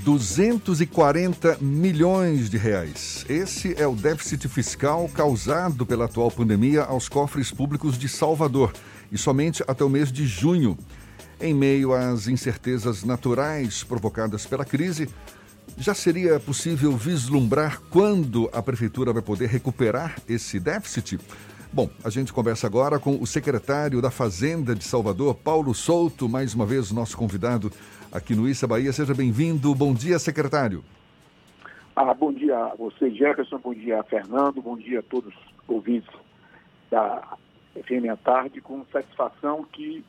240 milhões de reais. Esse é o déficit fiscal causado pela atual pandemia aos cofres públicos de Salvador, e somente até o mês de junho. Em meio às incertezas naturais provocadas pela crise, já seria possível vislumbrar quando a Prefeitura vai poder recuperar esse déficit? Bom, a gente conversa agora com o secretário da Fazenda de Salvador, Paulo Souto, mais uma vez nosso convidado aqui no Issa Bahia. Seja bem-vindo. Bom dia, secretário. Bom dia a você, Jefferson. Bom dia, Fernando. Bom dia a todos os ouvintes da FM à Tarde. Com satisfação que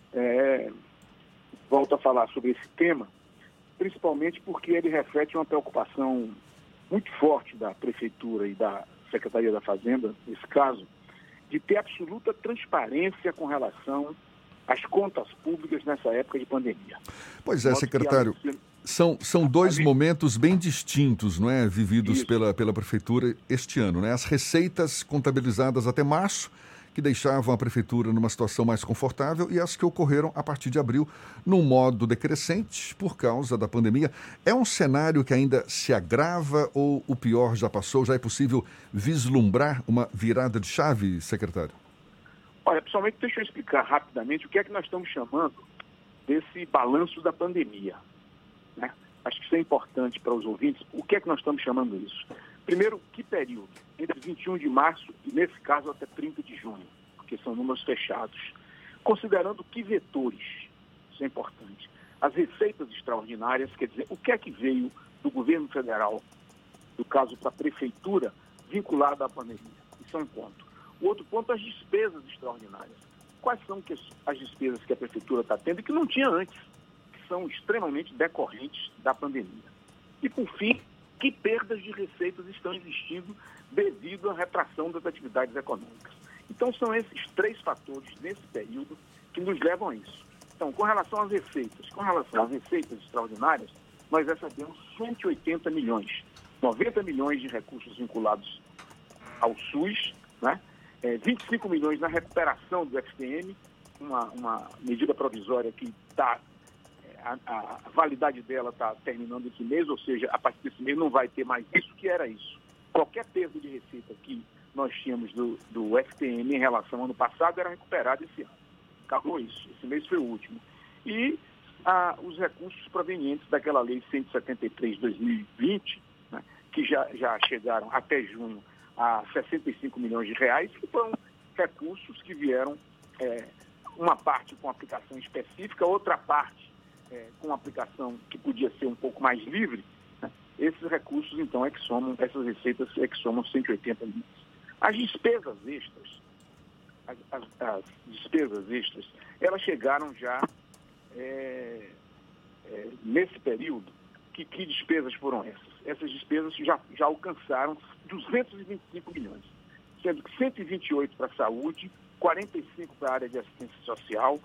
volto a falar sobre esse tema, principalmente porque ele reflete uma preocupação muito forte da Prefeitura e da Secretaria da Fazenda, nesse caso, de ter absoluta transparência com relação às contas públicas nessa época de pandemia. Pois é, secretário, são dois momentos bem distintos, não é, vividos pela Prefeitura este ano, né? As receitas contabilizadas até março, que deixavam a Prefeitura numa situação mais confortável, e as que ocorreram a partir de abril, num modo decrescente por causa da pandemia. É um cenário que ainda se agrava ou o pior já passou? Já é possível vislumbrar uma virada de chave, secretário? Olha, pessoalmente, deixa eu explicar rapidamente o que é que nós estamos chamando desse balanço da pandemia, né? Acho que isso é importante para os ouvintes. O que é que nós estamos chamando isso? Primeiro, que período? Entre 21 de março e, nesse caso, até 30 de junho, porque são números fechados. Considerando que vetores, isso é importante. As receitas extraordinárias, quer dizer, o que é que veio do governo federal, no caso para a Prefeitura, vinculado à pandemia? Isso é um ponto. O outro ponto, as despesas extraordinárias. Quais são as despesas que a Prefeitura está tendo e que não tinha antes, que são extremamente decorrentes da pandemia? E, por fim, que perdas de receitas estão existindo devido à retração das atividades econômicas. Então, são esses três fatores nesse período que nos levam a isso. Então, com relação às receitas extraordinárias, nós recebemos 180 milhões, 90 milhões de recursos vinculados ao SUS, né? 25 milhões na recuperação do FTM, uma medida provisória que está... A validade dela está terminando esse mês, ou seja, a partir desse mês não vai ter mais isso que era isso. Qualquer perda de receita que nós tínhamos do FTM em relação ao ano passado era recuperado esse ano. Acabou isso. Esse mês foi o último. E os recursos provenientes daquela lei 173 de 2020, né, que já chegaram até junho a 65 milhões de reais, que foram recursos que vieram, uma parte com aplicação específica, outra parte com aplicação que podia ser um pouco mais livre, né? Esses recursos, então, essas receitas é que somam 180 milhões. As despesas extras, as despesas extras, elas chegaram já nesse período. Que despesas foram essas? Essas despesas já alcançaram 225 milhões, sendo que 128 para a saúde, 45 para a área de assistência social,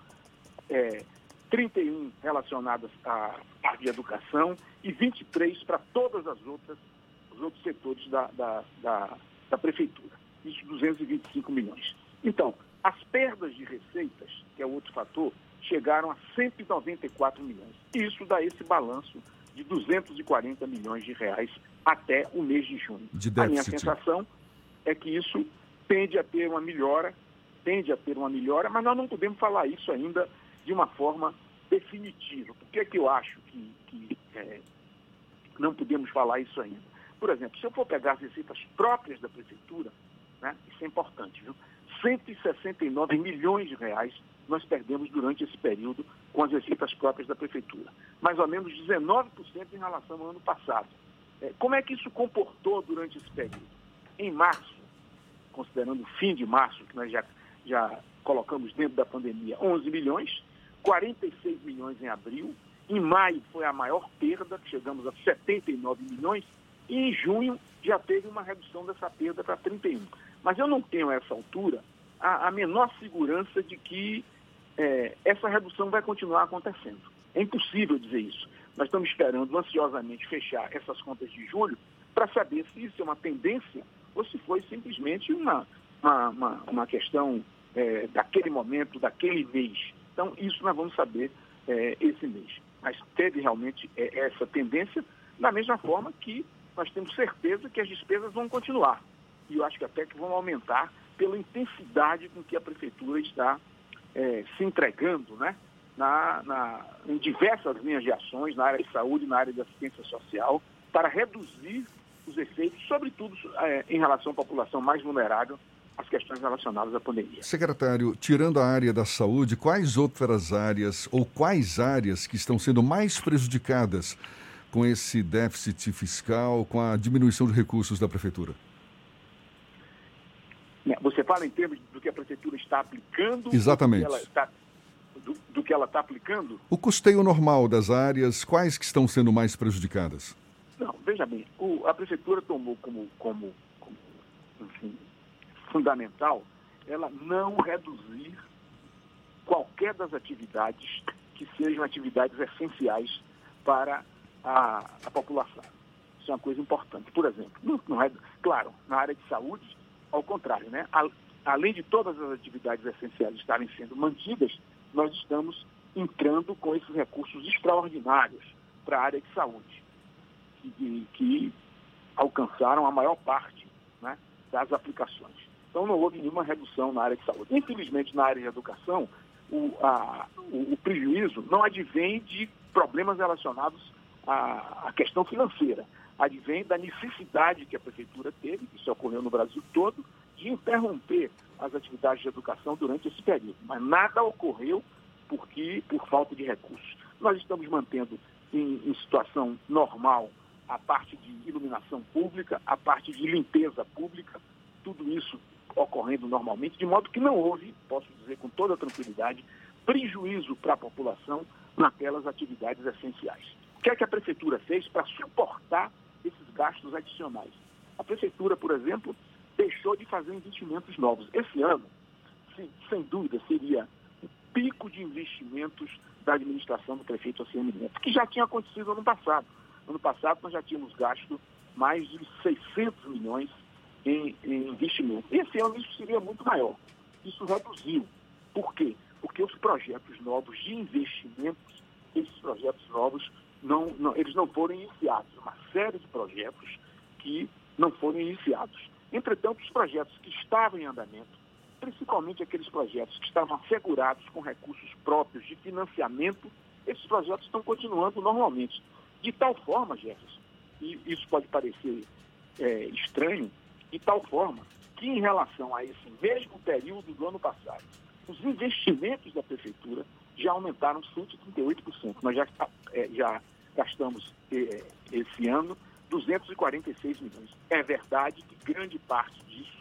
31 relacionadas à parte de educação e 23 para todas os outros setores da Prefeitura. Isso, 225 milhões. Então, as perdas de receitas, que é outro fator, chegaram a 194 milhões. Isso dá esse balanço de 240 milhões de reais até o mês de junho. A minha sensação é que isso tende a ter uma melhora, mas nós não podemos falar isso ainda de uma forma definitiva. Por que é que eu acho que não podemos falar isso ainda? Por exemplo, se eu for pegar as receitas próprias da Prefeitura, né, isso é importante, viu? 169 milhões de reais nós perdemos durante esse período com as receitas próprias da Prefeitura. Mais ou menos 19% em relação ao ano passado. Como é que isso comportou durante esse período? Em março, considerando o fim de março, que nós já colocamos dentro da pandemia, 11 milhões, 46 milhões em abril, em maio foi a maior perda, que chegamos a 79 milhões, e em junho já teve uma redução dessa perda para 31. Mas eu não tenho a essa altura a menor segurança de que essa redução vai continuar acontecendo. É impossível dizer isso. Nós estamos esperando ansiosamente fechar essas contas de julho para saber se isso é uma tendência ou se foi simplesmente uma questão daquele momento, daquele mês. Então, isso nós vamos saber esse mês. mas teve realmente essa tendência, da mesma forma que nós temos certeza que as despesas vão continuar. E eu acho que até que vão aumentar pela intensidade com que a Prefeitura está se entregando, né, em diversas linhas de ações, na área de saúde, na área de assistência social, para reduzir os efeitos, sobretudo em relação à população mais vulnerável, as questões relacionadas à pandemia. Secretário, tirando a área da saúde, quais outras áreas ou quais áreas que estão sendo mais prejudicadas com esse déficit fiscal, com a diminuição de recursos da Prefeitura? Você fala em termos do que a Prefeitura está aplicando? Exatamente. Do que ela está aplicando? O custeio normal das áreas, quais que estão sendo mais prejudicadas? Não, veja bem, a Prefeitura tomou como enfim, fundamental ela não reduzir qualquer das atividades que sejam atividades essenciais para a população. Isso é uma coisa importante. Por exemplo, claro, na área de saúde, ao contrário, né? Além de todas as atividades essenciais estarem sendo mantidas, nós estamos entrando com esses recursos extraordinários para a área de saúde, que alcançaram a maior parte, né, das aplicações. Então não houve nenhuma redução na área de saúde. Infelizmente, na área de educação, o prejuízo não advém de problemas relacionados à questão financeira, advém da necessidade que a Prefeitura teve, isso ocorreu no Brasil todo, de interromper as atividades de educação durante esse período. Mas nada ocorreu por falta de recursos. Nós estamos mantendo em situação normal a parte de iluminação pública, a parte de limpeza pública, tudo isso ocorrendo normalmente, de modo que não houve, posso dizer com toda tranquilidade, prejuízo para a população naquelas atividades essenciais. O que é que a Prefeitura fez para suportar esses gastos adicionais? A Prefeitura, por exemplo, deixou de fazer investimentos novos. Esse ano, sem dúvida, seria o pico de investimentos da administração do prefeito ACM Neto, que já tinha acontecido ano passado. Ano passado, nós já tínhamos gasto mais de 600 milhões em investimento. Esse ano isso seria muito maior. Isso reduziu. Por quê? Porque os projetos novos de investimentos, esses projetos novos, eles não foram iniciados. Uma série de projetos que não foram iniciados. Entretanto, os projetos que estavam em andamento, principalmente aqueles projetos que estavam assegurados com recursos próprios de financiamento, esses projetos estão continuando normalmente. De tal forma, Jefferson, e isso pode parecer estranho, de tal forma que em relação a esse mesmo período do ano passado, os investimentos da Prefeitura já aumentaram 138%. Nós já gastamos esse ano 246 milhões. É verdade que grande parte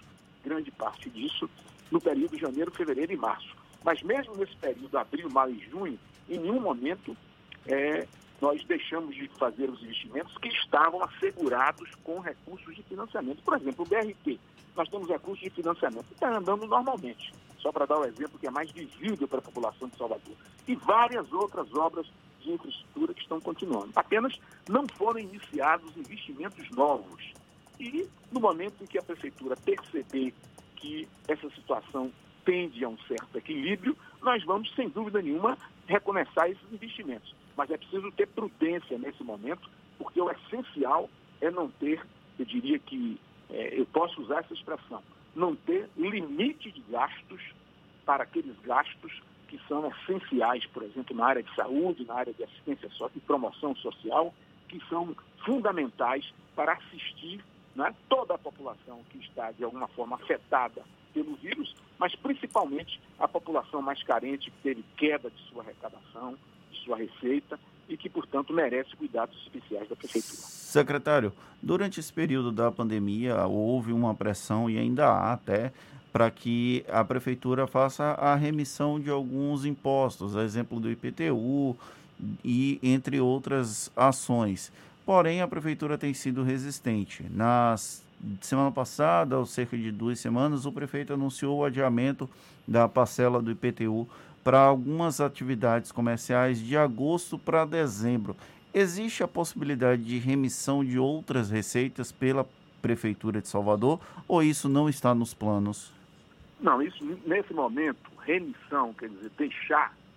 disso no período de janeiro, fevereiro e março. Mas mesmo nesse período, abril, maio e junho, em nenhum momento nós deixamos de fazer os investimentos que estavam assegurados com recursos de financiamento. Por exemplo, o BRT, nós temos recursos de financiamento que está andando normalmente, só para dar o exemplo que é mais visível para a população de Salvador. E várias outras obras de infraestrutura que estão continuando. Apenas não foram iniciados investimentos novos. E no momento em que a Prefeitura perceber que essa situação tende a um certo equilíbrio, nós vamos, sem dúvida nenhuma, recomeçar esses investimentos. Mas é preciso ter prudência nesse momento, porque o essencial é não ter, eu diria que, eu posso usar essa expressão, não ter limite de gastos para aqueles gastos que são essenciais, por exemplo, na área de saúde, na área de assistência e promoção social, que são fundamentais para assistir, né, toda a população que está, de alguma forma, afetada pelo vírus, mas principalmente a população mais carente, que teve queda de sua arrecadação, de sua receita e que, portanto, merece cuidados especiais da Prefeitura. Secretário, durante esse período da pandemia, houve uma pressão, e ainda há até, para que a Prefeitura faça a remissão de alguns impostos, a exemplo do IPTU e entre outras ações. Porém, a Prefeitura tem sido resistente. Na semana passada, ou cerca de 2 semanas, o prefeito anunciou o adiamento da parcela do IPTU para algumas atividades comerciais de agosto para dezembro. Existe a possibilidade de remissão de outras receitas pela Prefeitura de Salvador ou isso não está nos planos? Não, isso nesse momento, remissão, quer dizer, deixar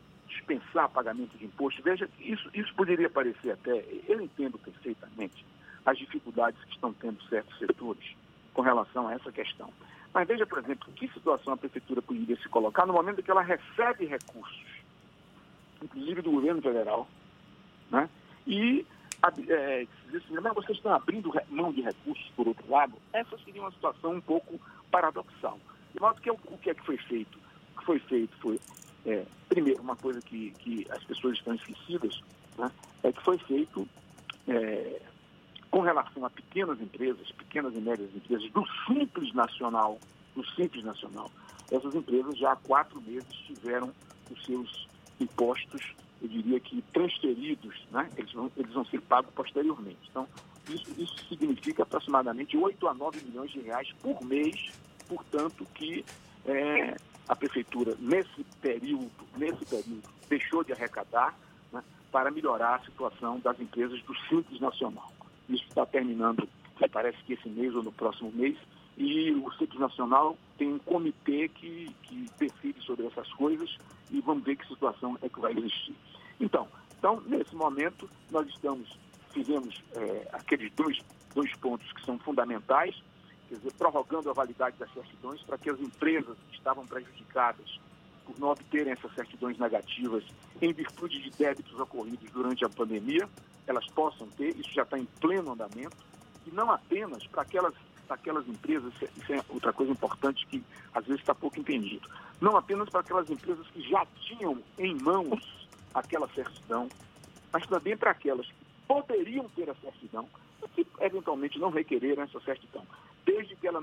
dispensar pagamento de imposto. Veja, isso poderia parecer até, eu entendo perfeitamente as dificuldades que estão tendo certos setores com relação a essa questão. Mas veja, por exemplo, que situação a Prefeitura poderia se colocar no momento em que ela recebe recursos, inclusive do governo federal, né? E mas vocês estão abrindo mão de recursos por outro lado. Essa seria uma situação um pouco paradoxal. De modo que o que é que foi feito? O que foi feito foi, primeiro, uma coisa que as pessoas estão esquecidas, né? É que foi feito com relação a pequenas e médias empresas, do Simples Nacional. Essas empresas já há 4 meses tiveram os seus impostos, eu diria que transferidos, né? Eles vão ser pagos posteriormente. Então, isso significa aproximadamente 8 a 9 milhões de reais por mês, portanto, que a Prefeitura, nesse período, deixou de arrecadar, né, para melhorar a situação das empresas do Simples Nacional. Isso está terminando, parece que esse mês ou no próximo mês, e o Simples Nacional tem um comitê que decide sobre essas coisas e vamos ver que situação é que vai existir. Então nesse momento, nós fizemos aqueles dois pontos que são fundamentais, quer dizer, prorrogando a validade das certidões para que as empresas que estavam prejudicadas por não obterem essas certidões negativas em virtude de débitos ocorridos durante a pandemia, elas possam ter, isso já está em pleno andamento, e não apenas para aquelas empresas, isso é outra coisa importante que às vezes está pouco entendido, não apenas para aquelas empresas que já tinham em mãos aquela certidão, mas também para aquelas que poderiam ter a certidão e que eventualmente não requereram essa certidão, desde que ela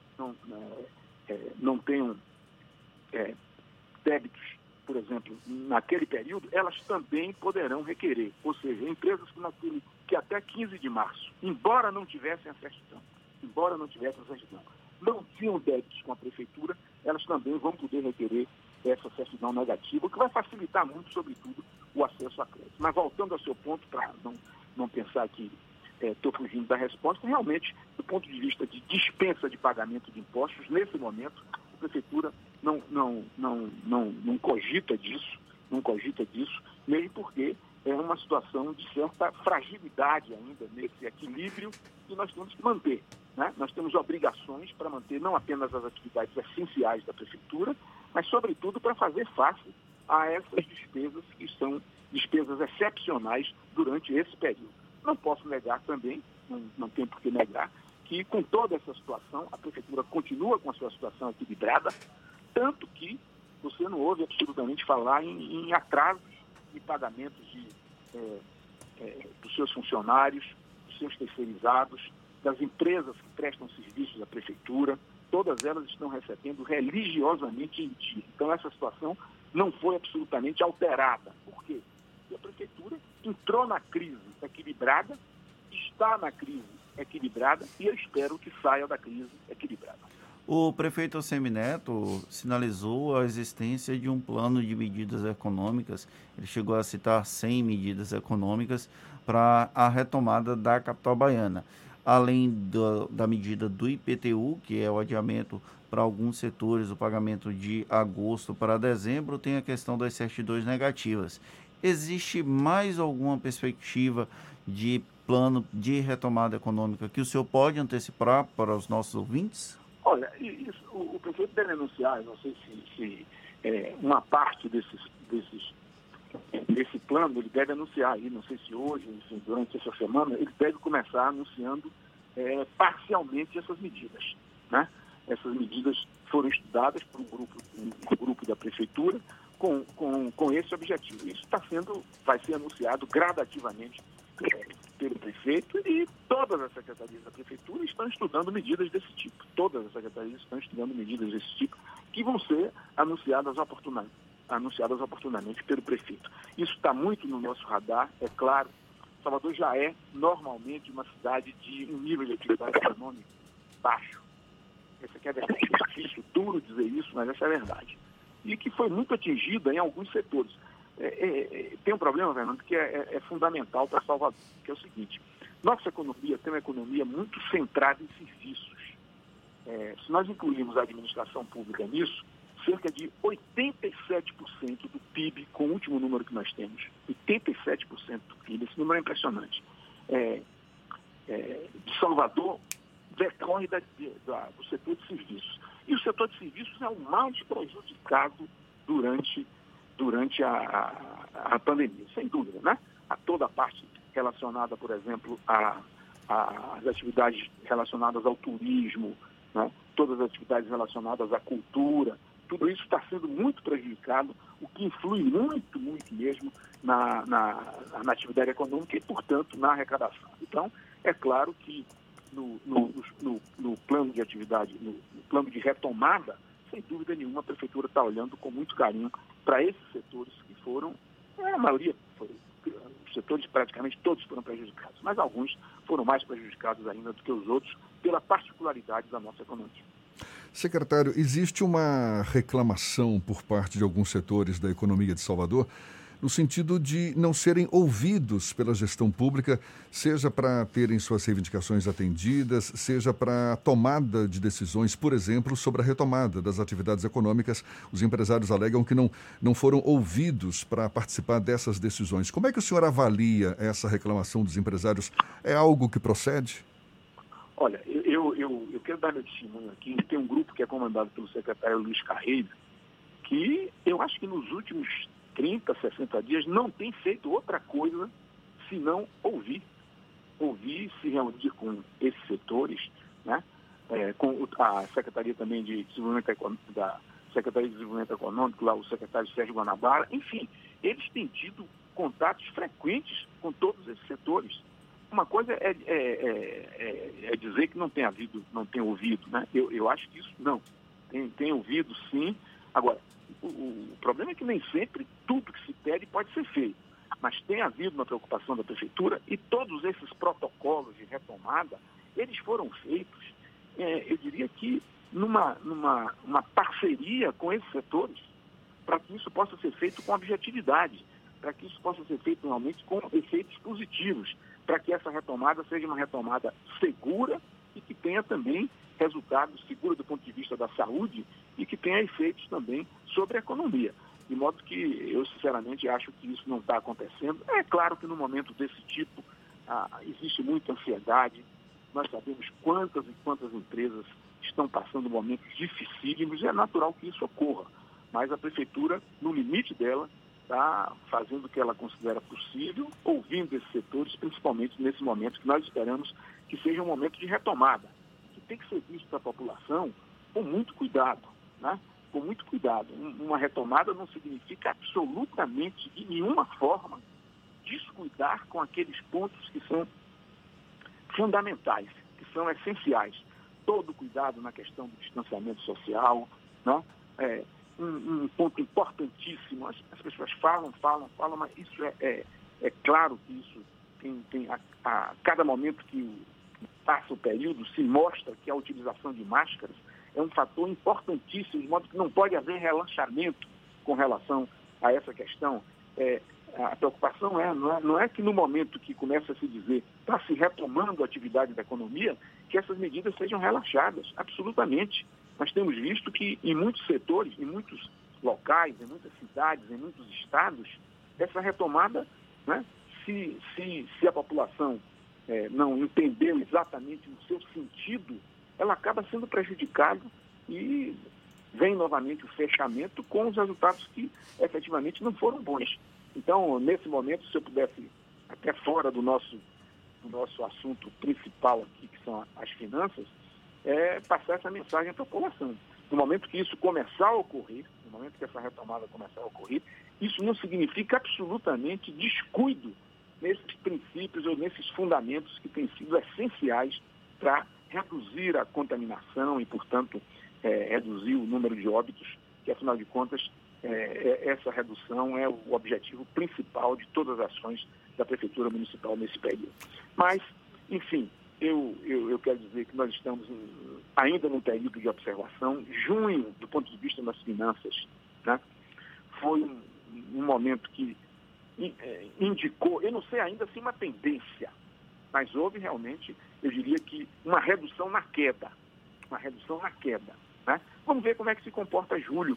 não tenham débitos, por exemplo, naquele período, elas também poderão requerer. Ou seja, empresas que até 15 de março, embora não tivessem a certidão, não tinham débitos com a Prefeitura, elas também vão poder requerer essa certidão negativa, o que vai facilitar muito, sobretudo, o acesso a crédito. Mas voltando ao seu ponto, para não pensar que estou fugindo da resposta, realmente, do ponto de vista de dispensa de pagamento de impostos, nesse momento, a Prefeitura não cogita disso, mesmo porque é uma situação de certa fragilidade ainda nesse equilíbrio que nós temos que manter, né? Nós temos obrigações para manter não apenas as atividades essenciais da Prefeitura, mas, sobretudo, para fazer face a essas despesas que são despesas excepcionais durante esse período. Não posso negar também, não tem por que negar, que com toda essa situação, a Prefeitura continua com a sua situação equilibrada, tanto que você não ouve absolutamente falar em atrasos de pagamentos dos seus funcionários, dos seus terceirizados, das empresas que prestam serviços à Prefeitura. Todas elas estão recebendo religiosamente em dia. Então, essa situação não foi absolutamente alterada. Por quê? Porque a Prefeitura entrou na crise equilibrada, está na crise equilibrada e eu espero que saia da crise equilibrada. O prefeito Semineto sinalizou a existência de um plano de medidas econômicas. Ele chegou a citar 100 medidas econômicas para a retomada da capital baiana. Além da medida do IPTU, que é o adiamento para alguns setores, o pagamento de agosto para dezembro, tem a questão das certidões negativas. Existe mais alguma perspectiva de plano de retomada econômica que o senhor pode antecipar para os nossos ouvintes? Olha, o prefeito deve anunciar, não sei se uma parte desse plano, ele deve anunciar aí, não sei se hoje, enfim, durante essa semana, ele deve começar anunciando parcialmente essas medidas, né? Essas medidas foram estudadas por um grupo da Prefeitura com esse objetivo. Isso vai ser anunciado gradativamente pelo prefeito e todas as secretarias da Prefeitura estão estudando medidas desse tipo. Todas as secretarias estão estudando medidas desse tipo que vão ser anunciadas oportunamente pelo prefeito. Isso está muito no nosso radar, é claro. Salvador já é normalmente uma cidade de um nível de atividade econômica baixo. Essa aqui é a verdade. É difícil, duro dizer isso, mas essa é a verdade. E que foi muito atingida em alguns setores. Tem um problema, Fernando, que é fundamental para Salvador, que é o seguinte: nossa economia tem uma economia muito centrada em serviços. Se nós incluirmos a administração pública nisso, cerca de 87% do PIB, com o último número que nós temos. 87% do PIB, esse número é impressionante. De Salvador decorre do setor de serviços. E o setor de serviços é o mais prejudicado durante a pandemia, sem dúvida, né? A toda a parte relacionada, por exemplo, às atividades relacionadas ao turismo, né? Todas as atividades relacionadas à cultura, tudo isso está sendo muito prejudicado, o que influi muito, muito mesmo na atividade econômica e, portanto, na arrecadação. Então, é claro que no plano de atividade, no plano de retomada, sem dúvida nenhuma, a Prefeitura está olhando com muito carinho para esses setores que foram, a maioria, os setores praticamente todos foram prejudicados, mas alguns foram mais prejudicados ainda do que os outros pela particularidade da nossa economia. Secretário, existe uma reclamação por parte de alguns setores da economia de Salvador no sentido de não serem ouvidos pela gestão pública, seja para terem suas reivindicações atendidas, seja para a tomada de decisões, por exemplo, sobre a retomada das atividades econômicas. Os empresários alegam que não foram ouvidos para participar dessas decisões. Como é que o senhor avalia essa reclamação dos empresários? É algo que procede? Olha, eu quero dar meu testemunho aqui. Tem um grupo que é comandado pelo secretário Luiz Carreiro, que eu acho que nos últimos 30, 60 dias não tem feito outra coisa senão ouvir, se reunir com esses setores, né? Com a Secretaria também de Desenvolvimento Econômico, da Secretaria de Desenvolvimento Econômico, lá o secretário Sérgio Guanabara, enfim, eles têm tido contatos frequentes com todos esses setores. Uma coisa é dizer que não tem ouvido, né? Eu acho que isso não. Tem ouvido, sim. Agora, o problema é que nem sempre tudo que se pede pode ser feito. Mas tem havido uma preocupação da Prefeitura e todos esses protocolos de retomada, eles foram feitos, eu diria que numa parceria com esses setores, para que isso possa ser feito com objetividade, para que isso possa ser feito realmente com efeitos positivos, para que essa retomada seja uma retomada segura e que tenha também resultados seguros do ponto de vista da saúde e que tenha efeitos também sobre a economia. De modo que eu, sinceramente, acho que isso não está acontecendo. É claro que no momento desse tipo existe muita ansiedade. Nós sabemos quantas e quantas empresas estão passando momentos dificílimos e é natural que isso ocorra. Mas a Prefeitura, no limite dela, está fazendo o que ela considera possível, ouvindo esses setores, principalmente nesse momento que nós esperamos que seja um momento de retomada, que tem que ser visto para a população com muito cuidado, né? Com muito cuidado. Uma retomada não significa absolutamente, de nenhuma forma, descuidar com aqueles pontos que são fundamentais, que são essenciais. Todo cuidado na questão do distanciamento social, né? Um ponto importantíssimo. As pessoas falam, mas isso é claro que isso a cada momento que passa o período se mostra que a utilização de máscaras é um fator importantíssimo, de modo que não pode haver relaxamento com relação a essa questão. A preocupação não é que no momento que começa a se dizer está se retomando a atividade da economia, que essas medidas sejam relaxadas, absolutamente. Nós temos visto que em muitos setores, em muitos locais, em muitas cidades, em muitos estados, essa retomada, né, se a população não entendeu exatamente o seu sentido, ela acaba sendo prejudicada e vem novamente o fechamento com os resultados que efetivamente não foram bons. Então, nesse momento, se eu pudesse, até fora do nosso assunto principal aqui, que são as finanças, passar essa mensagem para a população. No momento que isso começar a ocorrer, no momento que essa retomada começar a ocorrer, isso não significa absolutamente descuido nesses princípios ou nesses fundamentos que têm sido essenciais para reduzir a contaminação e, portanto, reduzir o número de óbitos, que, afinal de contas, essa redução é o objetivo principal de todas as ações da Prefeitura Municipal nesse período. Mas, enfim, eu quero dizer que nós estamos ainda num período de observação. Junho, do ponto de vista das finanças, né, foi um momento que indicou, eu não sei ainda se uma tendência, mas houve realmente, eu diria que uma redução na queda, né? Vamos ver como é que se comporta julho.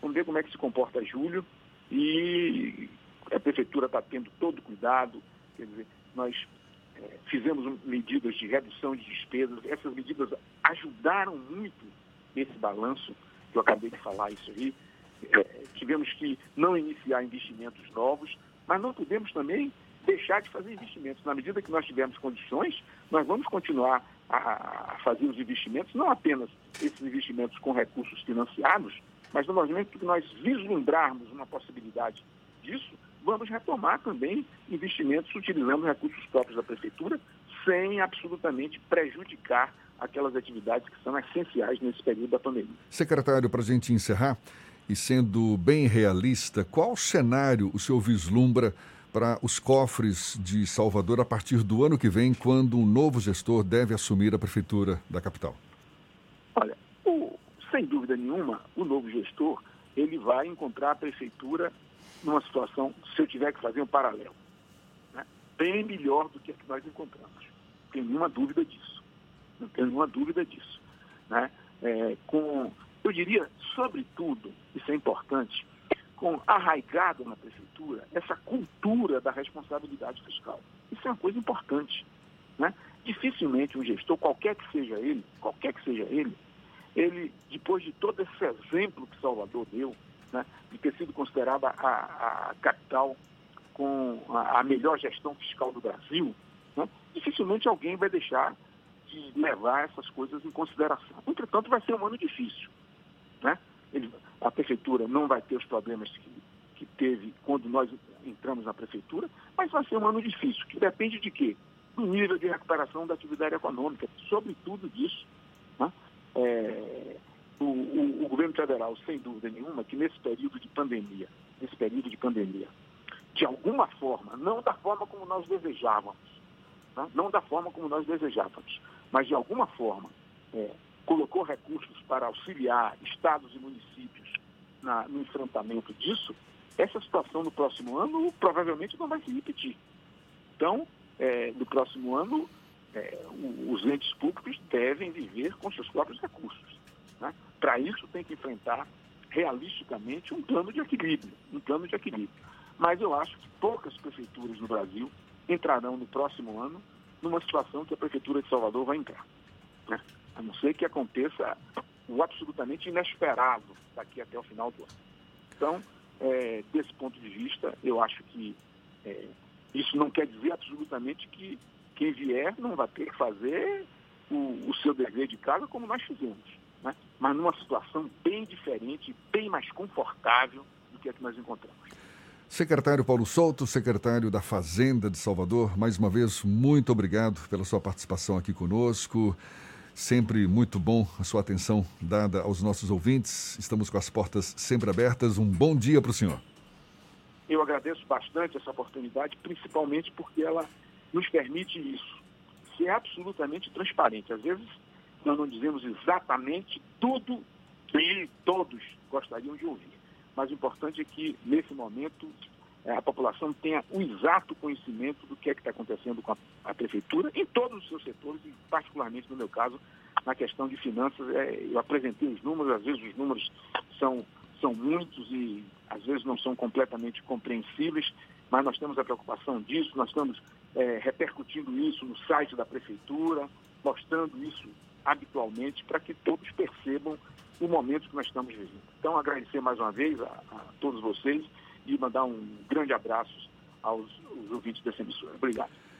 E a Prefeitura está tendo todo cuidado. Quer dizer, nós fizemos medidas de redução de despesas. Essas medidas ajudaram muito esse balanço, que eu acabei de falar isso aí. Tivemos que não iniciar investimentos novos, mas não podemos também deixar de fazer investimentos. Na medida que nós tivermos condições, nós vamos continuar a fazer os investimentos, não apenas esses investimentos com recursos financiados, mas no momento que nós vislumbrarmos uma possibilidade disso, vamos retomar também investimentos utilizando recursos próprios da Prefeitura, sem absolutamente prejudicar aquelas atividades que são essenciais nesse período da pandemia. Secretário, para a gente encerrar, e sendo bem realista, qual cenário o senhor vislumbra para os cofres de Salvador a partir do ano que vem, quando um novo gestor deve assumir a Prefeitura da capital? Olha, sem dúvida nenhuma, o novo gestor ele vai encontrar a Prefeitura numa situação, se eu tiver que fazer um paralelo, né, bem melhor do que a que nós encontramos. Não tenho nenhuma dúvida disso. Né? Eu diria, sobretudo, isso é importante, com arraigado na Prefeitura, essa cultura da responsabilidade fiscal. Isso é uma coisa importante. Né? Dificilmente um gestor, qualquer que seja ele, ele, depois de todo esse exemplo que Salvador deu, né, de ter sido considerada a capital com a melhor gestão fiscal do Brasil, né, dificilmente alguém vai deixar de levar essas coisas em consideração. Entretanto, vai ser um ano difícil. Né? A Prefeitura não vai ter os problemas que teve quando nós entramos na Prefeitura, mas vai ser um ano difícil, que depende de quê? Do nível de recuperação da atividade econômica, sobretudo disso. Né? O governo federal, sem dúvida nenhuma, que nesse período de pandemia, de alguma forma, não da forma como nós desejávamos, né? Mas de alguma forma colocou recursos para auxiliar estados e municípios no enfrentamento disso, essa situação no próximo ano provavelmente não vai se repetir. Então, no próximo ano, os entes públicos devem viver com seus próprios recursos. Né? Para isso, tem que enfrentar realisticamente um plano de equilíbrio. Mas eu acho que poucas prefeituras no Brasil entrarão no próximo ano numa situação que a Prefeitura de Salvador vai entrar. Né? A não ser que aconteça o absolutamente inesperado daqui até o final do ano. Então, desse ponto de vista, eu acho que isso não quer dizer absolutamente que quem vier não vai ter que fazer o seu dever de casa como nós fizemos, né? Mas numa situação bem diferente, bem mais confortável do que a que nós encontramos. Secretário Paulo Souto, secretário da Fazenda de Salvador, mais uma vez, muito obrigado pela sua participação aqui conosco. Sempre muito bom a sua atenção dada aos nossos ouvintes. Estamos com as portas sempre abertas. Um bom dia para o senhor. Eu agradeço bastante essa oportunidade, principalmente porque ela nos permite isso, ser absolutamente transparente. Às vezes, nós não dizemos exatamente tudo que todos gostariam de ouvir. Mas o importante é que, nesse momento, a população tenha o exato conhecimento do que é que está acontecendo com a Prefeitura em todos os seus setores, e particularmente, no meu caso, na questão de finanças. Eu apresentei os números, às vezes os números são muitos e às vezes não são completamente compreensíveis, mas nós temos a preocupação disso, nós estamos repercutindo isso no site da Prefeitura, mostrando isso habitualmente para que todos percebam o momento que nós estamos vivendo. Então, agradecer mais uma vez a todos vocês e mandar um grande abraço aos ouvintes dessa emissora. Obrigado.